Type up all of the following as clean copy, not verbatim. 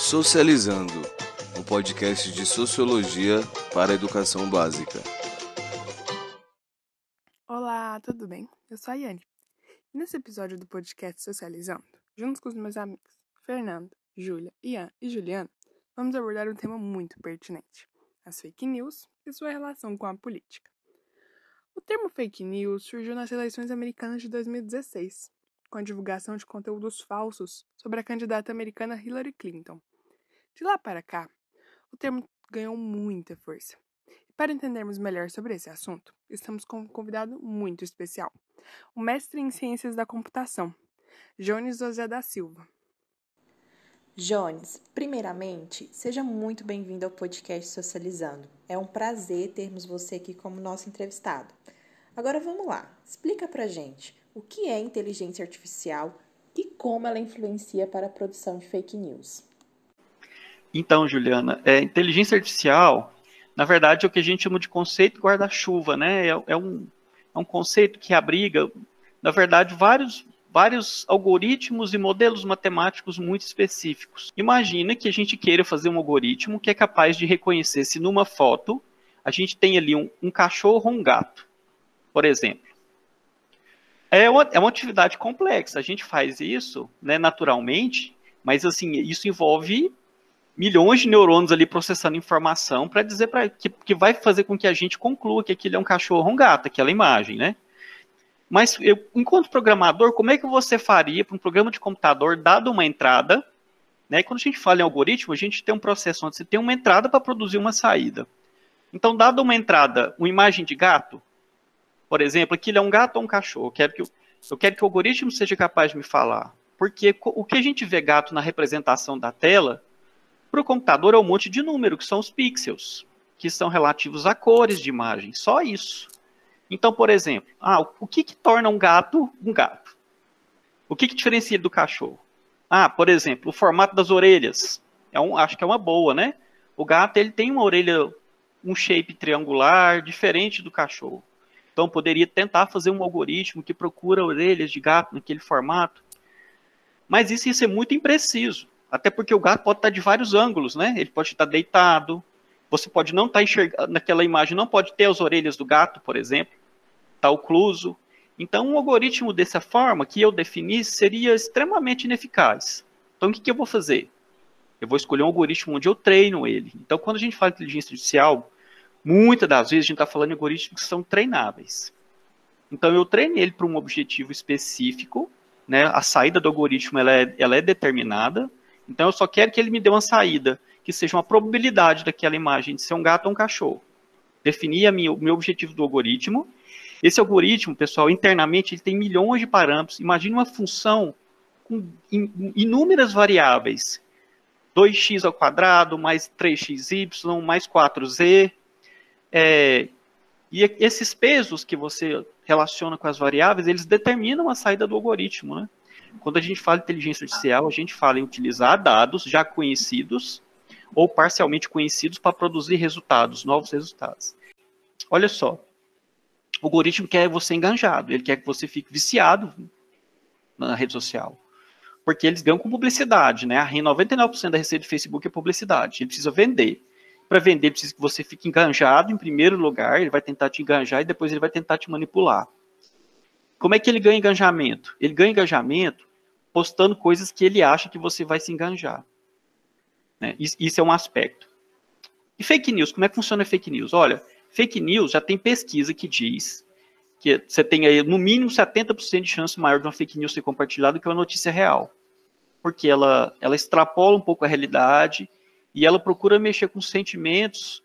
Socializando, um podcast de sociologia para a educação básica. Olá, tudo bem? Eu sou a Yane. Nesse episódio do podcast Socializando, juntos com os meus amigos Fernando, Júlia, Ian e Juliana, vamos abordar um tema muito pertinente: as fake news e sua relação com a política. O termo fake news surgiu nas eleições americanas de 2016, com a divulgação de conteúdos falsos sobre a candidata americana Hillary Clinton. De lá para cá, o termo ganhou muita força. E para entendermos melhor sobre esse assunto, estamos com um convidado muito especial, o mestre em Ciências da Computação, Jones José da Silva. Jones, primeiramente, seja muito bem-vindo ao podcast Socializando. É um prazer termos você aqui como nosso entrevistado. Agora vamos lá, explica pra gente o que é inteligência artificial e como ela influencia para a produção de fake news. Então, Juliana, inteligência artificial, na verdade, é o que a gente chama de conceito guarda-chuva, né? É um conceito que abriga, na verdade, vários algoritmos e modelos matemáticos muito específicos. Imagina que a gente queira fazer um algoritmo que é capaz de reconhecer se numa foto a gente tem ali um cachorro ou um gato, por exemplo. É uma atividade complexa, a gente faz isso, né, naturalmente, mas assim, isso envolve milhões de neurônios ali processando informação para dizer que vai fazer com que a gente conclua que aquilo é um cachorro ou um gato, aquela imagem, né? Mas enquanto programador, como é que você faria para um programa de computador, dado uma entrada, né? Quando a gente fala em algoritmo, a gente tem um processo onde você tem uma entrada para produzir uma saída. Então, dado uma entrada, uma imagem de gato, por exemplo, aquilo é um gato ou um cachorro, eu quero que o algoritmo seja capaz de me falar. Porque o que a gente vê gato na representação da tela, para o computador é um monte de número, que são os pixels, que são relativos a cores de imagem, só isso. Então, por exemplo, o que torna um gato um gato? O que diferencia ele do cachorro? Por exemplo, o formato das orelhas. Acho que é uma boa, né? O gato ele tem uma orelha, um shape triangular, diferente do cachorro. Então, poderia tentar fazer um algoritmo que procura orelhas de gato naquele formato. Mas isso ia ser muito impreciso. Até porque o gato pode estar de vários ângulos, né? Ele pode estar deitado. Você pode não estar enxergando naquela imagem, não pode ter as orelhas do gato, por exemplo. Está ocluso. Então, um algoritmo dessa forma que eu definisse seria extremamente ineficaz. Então, o que eu vou fazer? Eu vou escolher um algoritmo onde eu treino ele. Então, quando a gente fala de inteligência artificial, muitas das vezes a gente está falando de algoritmos que são treináveis. Então, eu treino ele para um objetivo específico, né? A saída do algoritmo ela é determinada. Então, eu só quero que ele me dê uma saída, que seja uma probabilidade daquela imagem de ser um gato ou um cachorro. Definir o meu objetivo do algoritmo. Esse algoritmo, pessoal, internamente, ele tem milhões de parâmetros. Imagine uma função com inúmeras variáveis. 2x ao quadrado, mais 3xy, mais 4z. E esses pesos que você relaciona com as variáveis, eles determinam a saída do algoritmo, né? Quando a gente fala de inteligência artificial, a gente fala em utilizar dados já conhecidos ou parcialmente conhecidos para produzir resultados, novos resultados. Olha só, o algoritmo quer você enganjado, ele quer que você fique viciado na rede social, porque eles ganham com publicidade, né? 99% da receita do Facebook é publicidade, ele precisa vender. Para vender, ele precisa que você fique enganjado em primeiro lugar, ele vai tentar te enganjar e depois ele vai tentar te manipular. Como é que ele ganha engajamento? Ele ganha engajamento postando coisas que ele acha que você vai se enganjar. Né? Isso é um aspecto. E fake news, como é que funciona a fake news? Olha, fake news já tem pesquisa que diz que você tem aí no mínimo 70% de chance maior de uma fake news ser compartilhada do que uma notícia real. Porque ela extrapola um pouco a realidade e ela procura mexer com sentimentos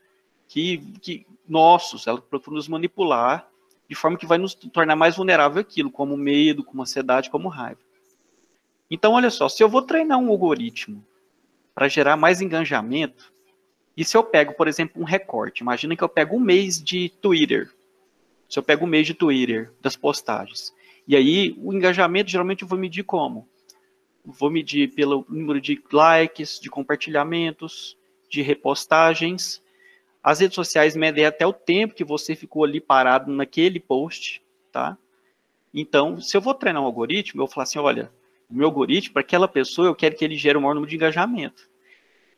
nossos, ela procura nos manipular de forma que vai nos tornar mais vulnerável àquilo, como medo, como ansiedade, como raiva. Então, olha só, se eu vou treinar um algoritmo para gerar mais engajamento, e se eu pego, por exemplo, um recorte, imagina que eu pego um mês de Twitter, se eu pego um mês de Twitter, das postagens, e aí o engajamento geralmente eu vou medir como? Vou medir pelo número de likes, de compartilhamentos, de repostagens. As redes sociais medem até o tempo que você ficou ali parado naquele post, tá? Então, se eu vou treinar um algoritmo, eu vou falar assim, olha, o meu algoritmo, para aquela pessoa, eu quero que ele gere o maior número de engajamento.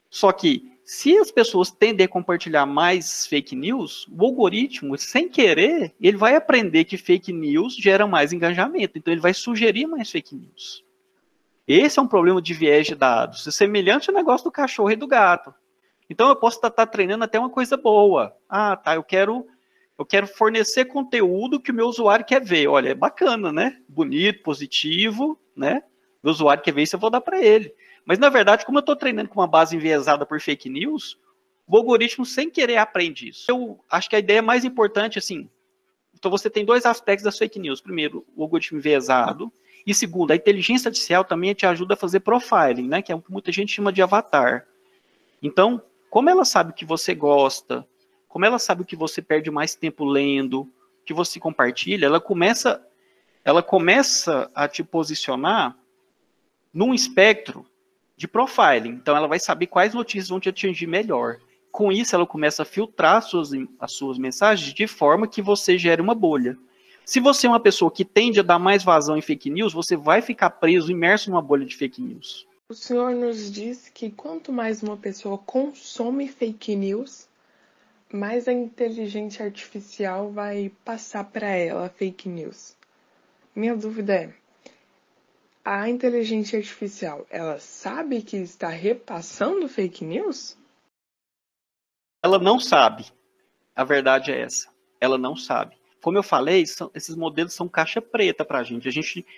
Só que, se as pessoas tendem a compartilhar mais fake news, o algoritmo, sem querer, ele vai aprender que fake news gera mais engajamento. Então, ele vai sugerir mais fake news. Esse é um problema de viés de dados. É semelhante ao negócio do cachorro e do gato. Então, eu posso estar treinando até uma coisa boa. Ah, tá, eu quero fornecer conteúdo que o meu usuário quer ver. Olha, é bacana, né? Bonito, positivo, né? O usuário quer ver isso, eu vou dar para ele. Mas, na verdade, como eu estou treinando com uma base enviesada por fake news, o algoritmo, sem querer, aprende isso. Eu acho que a ideia mais importante, assim, então você tem dois aspectos das fake news. Primeiro, o algoritmo enviesado. E segundo, a inteligência artificial também te ajuda a fazer profiling, né? Que é o que muita gente chama de avatar. Então, como ela sabe o que você gosta, como ela sabe o que você perde mais tempo lendo, o que você compartilha, ela começa a te posicionar num espectro de profiling. Então, ela vai saber quais notícias vão te atingir melhor. Com isso, ela começa a filtrar as suas mensagens de forma que você gere uma bolha. Se você é uma pessoa que tende a dar mais vazão em fake news, você vai ficar preso, imerso numa bolha de fake news. O senhor nos diz que quanto mais uma pessoa consome fake news, mais a inteligência artificial vai passar para ela a fake news. Minha dúvida é, a inteligência artificial, ela sabe que está repassando fake news? Ela não sabe. A verdade é essa. Ela não sabe. Como eu falei, esses modelos são caixa preta para a gente.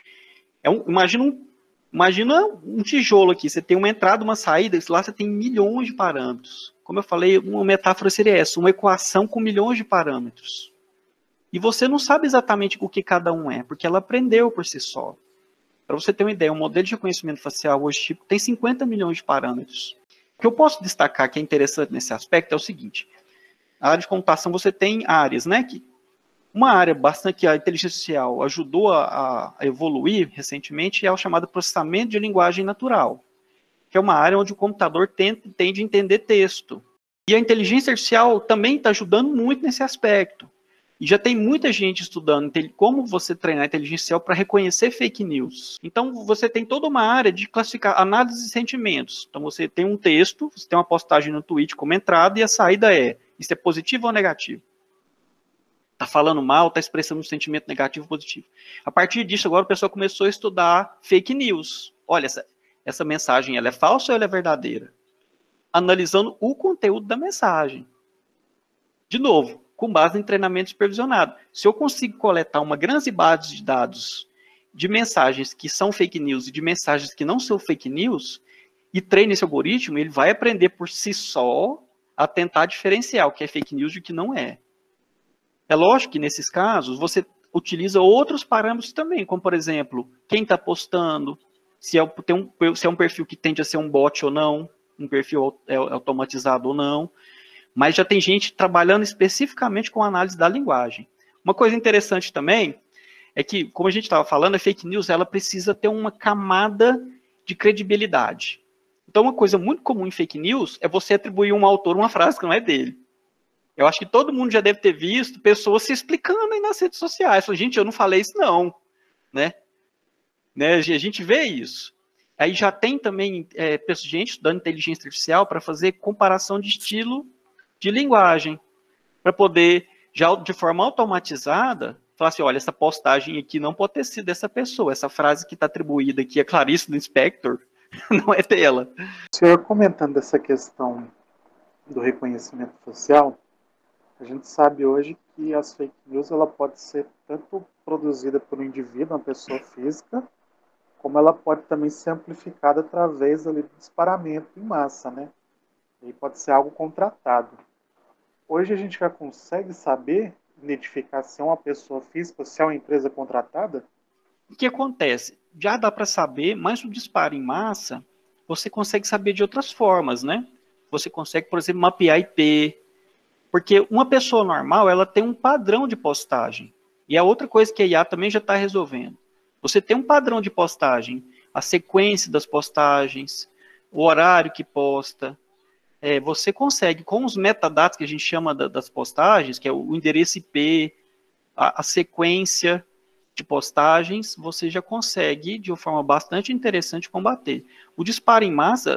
Imagina um tijolo aqui. Você tem uma entrada, uma saída, lá você tem milhões de parâmetros. Como eu falei, uma metáfora seria essa, uma equação com milhões de parâmetros. E você não sabe exatamente o que cada um é, porque ela aprendeu por si só. Para você ter uma ideia, um modelo de reconhecimento facial hoje tem 50 milhões de parâmetros. O que eu posso destacar que é interessante nesse aspecto é o seguinte. A área de computação você tem áreas, né? Uma área bastante que a inteligência artificial ajudou a evoluir recentemente é o chamado processamento de linguagem natural, que é uma área onde o computador tende a entender texto. E a inteligência artificial também está ajudando muito nesse aspecto. E já tem muita gente estudando como você treinar a inteligência artificial para reconhecer fake news. Então, você tem toda uma área de classificar análise de sentimentos. Então, você tem um texto, você tem uma postagem no tweet como entrada e a saída é, isso é positivo ou negativo? Está falando mal, está expressando um sentimento negativo ou positivo. A partir disso, agora o pessoal começou a estudar fake news. Olha, essa mensagem ela é falsa ou ela é verdadeira? Analisando o conteúdo da mensagem. De novo, com base em treinamento supervisionado. Se eu consigo coletar uma grande base de dados de mensagens que são fake news e de mensagens que não são fake news, e treino esse algoritmo, ele vai aprender por si só a tentar diferenciar o que é fake news de o que não é. É lógico que, nesses casos, você utiliza outros parâmetros também, como, por exemplo, quem está postando, se é um perfil que tende a ser um bot ou não, um perfil automatizado ou não. Mas já tem gente trabalhando especificamente com análise da linguagem. Uma coisa interessante também é que, como a gente estava falando, a fake news ela precisa ter uma camada de credibilidade. Então, uma coisa muito comum em fake news é você atribuir a um autor uma frase que não é dele. Eu acho que todo mundo já deve ter visto pessoas se explicando aí nas redes sociais. Falando, gente, eu não falei isso não. Né? A gente vê isso. Aí já tem também gente estudando inteligência artificial para fazer comparação de estilo de linguagem, para poder, já de forma automatizada, falar assim, olha, essa postagem aqui não pode ter sido dessa pessoa, essa frase que está atribuída aqui a Clarice Lispector não é dela. O senhor comentando essa questão do reconhecimento facial, a gente sabe hoje que as fake news ela pode ser tanto produzida por um indivíduo, uma pessoa física, como ela pode também ser amplificada através ali, do disparamento em massa, né? E pode ser algo contratado. Hoje a gente já consegue saber, identificar se é uma pessoa física, se é uma empresa contratada? O que acontece? Já dá para saber, mas o disparo em massa, você consegue saber de outras formas, né? Você consegue, por exemplo, mapear IP, porque uma pessoa normal, ela tem um padrão de postagem. E a outra coisa que a IA também já está resolvendo. Você tem um padrão de postagem, a sequência das postagens, o horário que posta. Você consegue, com os metadados que a gente chama das postagens, que é o endereço IP, a sequência de postagens, você já consegue, de uma forma bastante interessante, combater. O disparo em massa,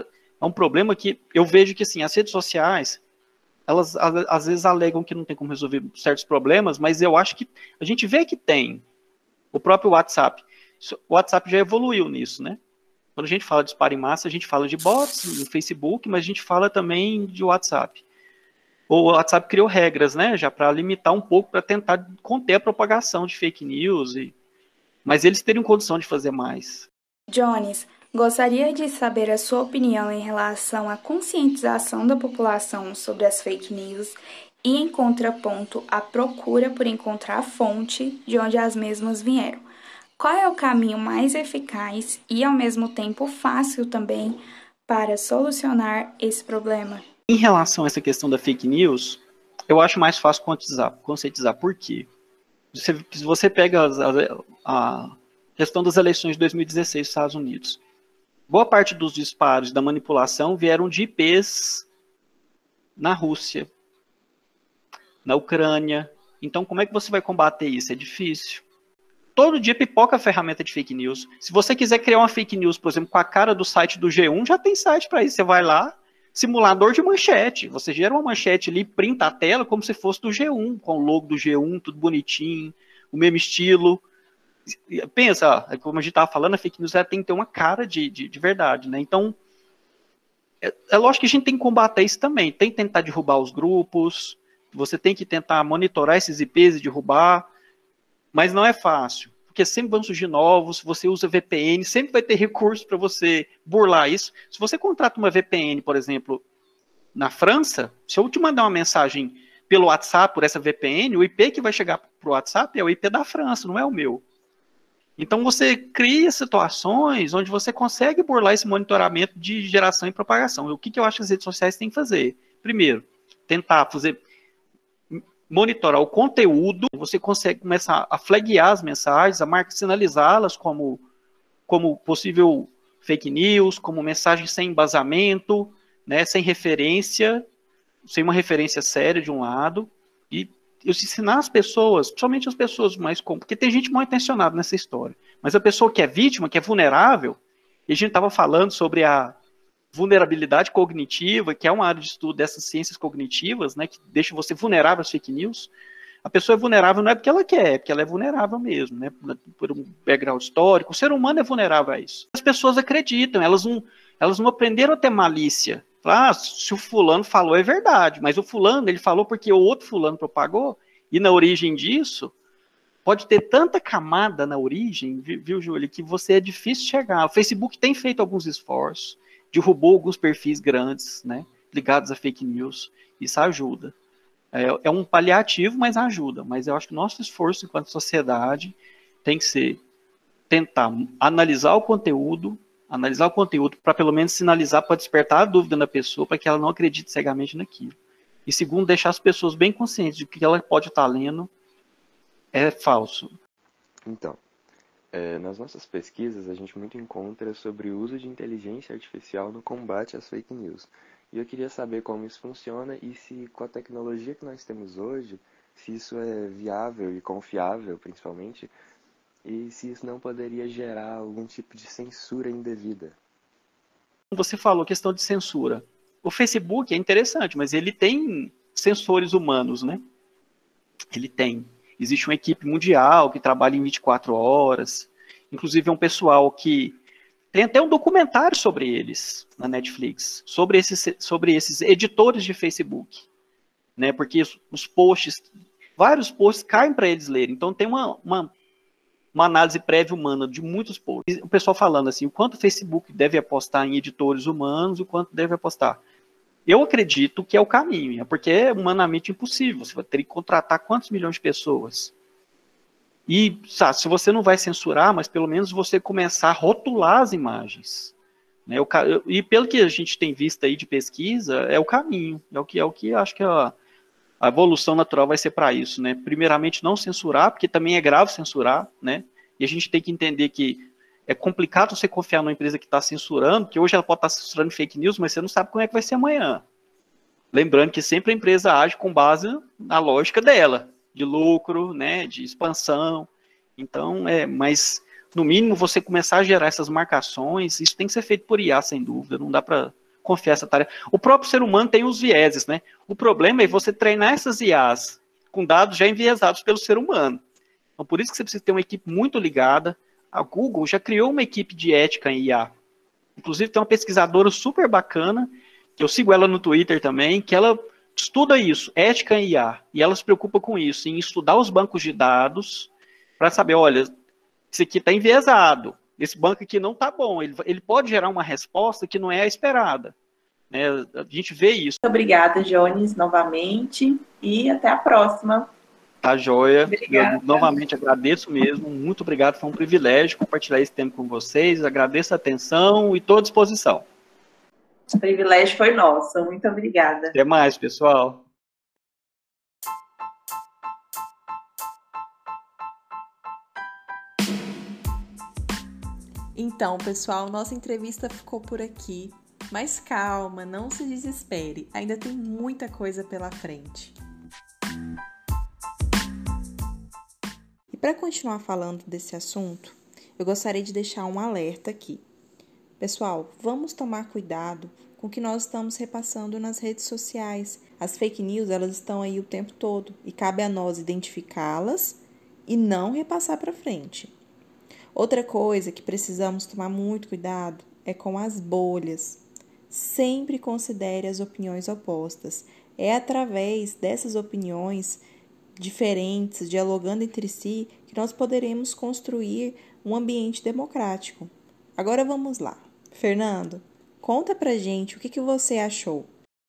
é um problema que eu vejo que, assim, as redes sociais, elas às vezes alegam que não tem como resolver certos problemas, mas eu acho que a gente vê que tem. O próprio WhatsApp. O WhatsApp já evoluiu nisso, né? Quando a gente fala de disparo em massa, a gente fala de bots no Facebook, mas a gente fala também de WhatsApp. O WhatsApp criou regras, né? Já para limitar um pouco, para tentar conter a propagação de fake news. Mas eles teriam condição de fazer mais. Jones, gostaria de saber a sua opinião em relação à conscientização da população sobre as fake news e, em contraponto, a procura por encontrar a fonte de onde as mesmas vieram. Qual é o caminho mais eficaz e, ao mesmo tempo, fácil também para solucionar esse problema? Em relação a essa questão da fake news, eu acho mais fácil conscientizar. Por quê? Se você pega a questão das eleições de 2016 nos Estados Unidos, boa parte dos disparos da manipulação vieram de IPs na Rússia, na Ucrânia. Então, como é que você vai combater isso? É difícil. Todo dia pipoca a ferramenta de fake news. Se você quiser criar uma fake news, por exemplo, com a cara do site do G1, já tem site para isso. Você vai lá, simulador de manchete. Você gera uma manchete ali, printa a tela como se fosse do G1, com o logo do G1, tudo bonitinho, o mesmo estilo. Pensa, como a gente estava falando, a fake news ela tem que ter uma cara de verdade, né? Então, é lógico que a gente tem que combater isso também. Tem que tentar derrubar os grupos, você tem que tentar monitorar esses IPs e derrubar, mas não é fácil, porque sempre vão surgir novos. Se você usa VPN, sempre vai ter recurso para você burlar isso. Se você contrata uma VPN, por exemplo, na França, se eu te mandar uma mensagem pelo WhatsApp, por essa VPN, o IP que vai chegar para o WhatsApp é o IP da França, não é o meu. Então você cria situações onde você consegue burlar esse monitoramento de geração e propagação. E o que eu acho que as redes sociais têm que fazer? Primeiro, tentar monitorar o conteúdo. Você consegue começar a flaguear as mensagens, a sinalizá-las como possível fake news, como mensagem sem embasamento, né, sem referência, sem uma referência séria de um lado, e ensinar as pessoas, principalmente as pessoas mais comuns, porque tem gente mal intencionada nessa história, mas a pessoa que é vítima, que é vulnerável, e a gente estava falando sobre a vulnerabilidade cognitiva, que é uma área de estudo dessas ciências cognitivas, né, que deixa você vulnerável às fake news. A pessoa é vulnerável não é porque ela quer, é porque ela é vulnerável mesmo, né, por um background histórico. O ser humano é vulnerável a isso. As pessoas acreditam, elas não aprenderam a ter malícia. Se o fulano falou é verdade, mas o fulano, ele falou porque o outro fulano propagou, e na origem disso, pode ter tanta camada na origem, viu, Júlia, que você é difícil chegar. O Facebook tem feito alguns esforços, derrubou alguns perfis grandes, né, ligados a fake news, isso ajuda. É um paliativo, mas ajuda. Mas eu acho que o nosso esforço enquanto sociedade tem que ser tentar analisar o conteúdo para pelo menos sinalizar, para despertar a dúvida na pessoa, para que ela não acredite cegamente naquilo. E segundo, deixar as pessoas bem conscientes de que o que ela pode estar lendo é falso. Então, nas nossas pesquisas, a gente muito encontra sobre o uso de inteligência artificial no combate às fake news. E eu queria saber como isso funciona e se, com a tecnologia que nós temos hoje, se isso é viável e confiável, principalmente, e se isso não poderia gerar algum tipo de censura indevida. Você falou questão de censura. O Facebook é interessante, mas ele tem censores humanos, né? Ele tem. Existe uma equipe mundial que trabalha em 24 horas. Inclusive, é um pessoal que tem até um documentário sobre eles na Netflix, sobre esses editores de Facebook, né? Porque vários posts caem para eles lerem. Então, tem uma análise prévia humana de muitos posts. O pessoal falando assim, o quanto o Facebook deve apostar em editores humanos, o quanto deve apostar. Eu acredito que é o caminho, porque é humanamente impossível. Você vai ter que contratar quantos milhões de pessoas? E se você não vai censurar, mas pelo menos você começar a rotular as imagens. Né? E pelo que a gente tem visto aí de pesquisa, é o caminho. É o que acho que a evolução natural vai ser para isso. Né? Primeiramente, não censurar, porque também é grave censurar. Né? E a gente tem que entender que é complicado você confiar numa empresa que está censurando, que hoje ela pode estar censurando fake news, mas você não sabe como é que vai ser amanhã. Lembrando que sempre a empresa age com base na lógica dela, de lucro, né, de expansão. Então, mas no mínimo você começar a gerar essas marcações, isso tem que ser feito por IA, sem dúvida. Não dá para confiar essa tarefa. O próprio ser humano tem os vieses, né? O problema é você treinar essas IAs com dados já enviesados pelo ser humano. Então, por isso que você precisa ter uma equipe muito ligada. A Google já criou uma equipe de ética em IA. Inclusive, tem uma pesquisadora super bacana, que eu sigo ela no Twitter também, que ela estuda isso, ética em IA. E ela se preocupa com isso, em estudar os bancos de dados, para saber, olha, isso aqui está enviesado, esse banco aqui não está bom, ele pode gerar uma resposta que não é a esperada. Né? A gente vê isso. Muito obrigada, Jones, novamente, e até a próxima. Tá joia. Obrigada. Eu novamente agradeço mesmo. Muito obrigado. Foi um privilégio compartilhar esse tempo com vocês. Agradeço a atenção e estou à disposição. O privilégio foi nosso. Muito obrigada. Até mais, pessoal. Então, pessoal, nossa entrevista ficou por aqui. Mas calma, não se desespere. Ainda tem muita coisa pela frente. E para continuar falando desse assunto, eu gostaria de deixar um alerta aqui. Pessoal, vamos tomar cuidado com o que nós estamos repassando nas redes sociais. As fake news, elas estão aí o tempo todo e cabe a nós identificá-las e não repassar para frente. Outra coisa que precisamos tomar muito cuidado é com as bolhas. Sempre considere as opiniões opostas. É através dessas opiniões diferentes, dialogando entre si, que nós poderemos construir um ambiente democrático. Agora vamos lá. Fernando, conta pra gente o que você achou.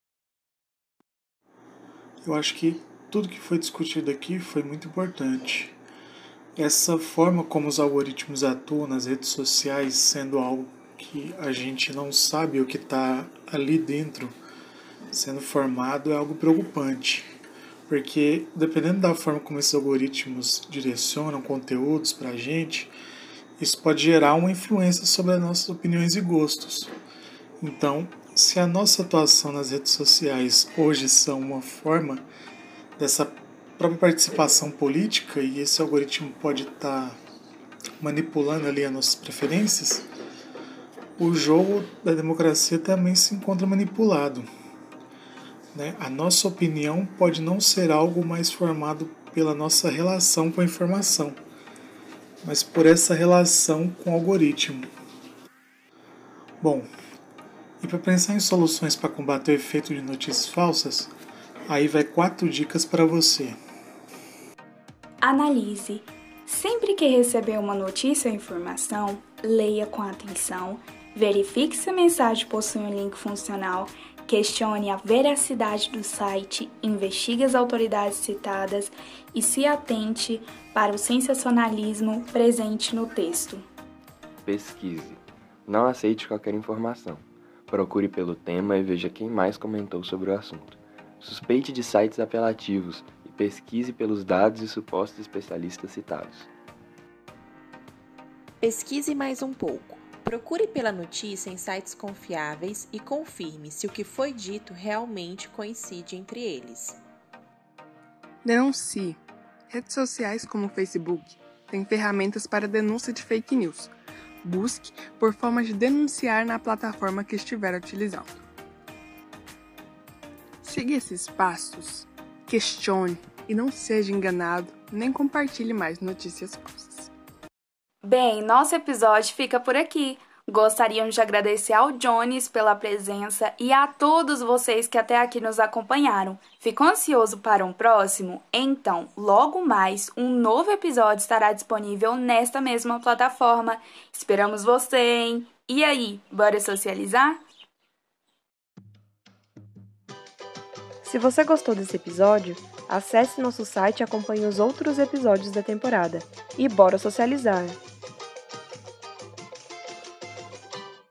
Eu acho que tudo que foi discutido aqui foi muito importante. Essa forma como os algoritmos atuam nas redes sociais, sendo algo que a gente não sabe o que está ali dentro sendo formado, é algo preocupante. Porque, dependendo da forma como esses algoritmos direcionam conteúdos para a gente, isso pode gerar uma influência sobre as nossas opiniões e gostos. Então, se a nossa atuação nas redes sociais hoje são uma forma dessa própria participação política e esse algoritmo pode estar manipulando ali as nossas preferências, o jogo da democracia também se encontra manipulado. Né? A nossa opinião pode não ser algo mais formado pela nossa relação com a informação, mas por essa relação com o algoritmo. Bom, e para pensar em soluções para combater o efeito de notícias falsas, aí vai 4 dicas para você. Analise. Sempre que receber uma notícia ou informação, leia com atenção, verifique se a mensagem possui um link funcional, questione a veracidade do site, investigue as autoridades citadas e se atente para o sensacionalismo presente no texto. Pesquise. Não aceite qualquer informação. Procure pelo tema e veja quem mais comentou sobre o assunto. Suspeite de sites apelativos e pesquise pelos dados e supostos especialistas citados. Pesquise mais um pouco. Procure pela notícia em sites confiáveis e confirme se o que foi dito realmente coincide entre eles. Denuncie. Redes sociais como o Facebook têm ferramentas para denúncia de fake news. Busque por formas de denunciar na plataforma que estiver utilizando. Siga esses passos, questione e não seja enganado, nem compartilhe mais notícias falsas. Bem, nosso episódio fica por aqui. Gostaríamos de agradecer ao Jones pela presença e a todos vocês que até aqui nos acompanharam. Ficou ansioso para um próximo? Então, logo mais, um novo episódio estará disponível nesta mesma plataforma. Esperamos você, hein? E aí, bora socializar? Se você gostou desse episódio, acesse nosso site e acompanhe os outros episódios da temporada. E bora socializar!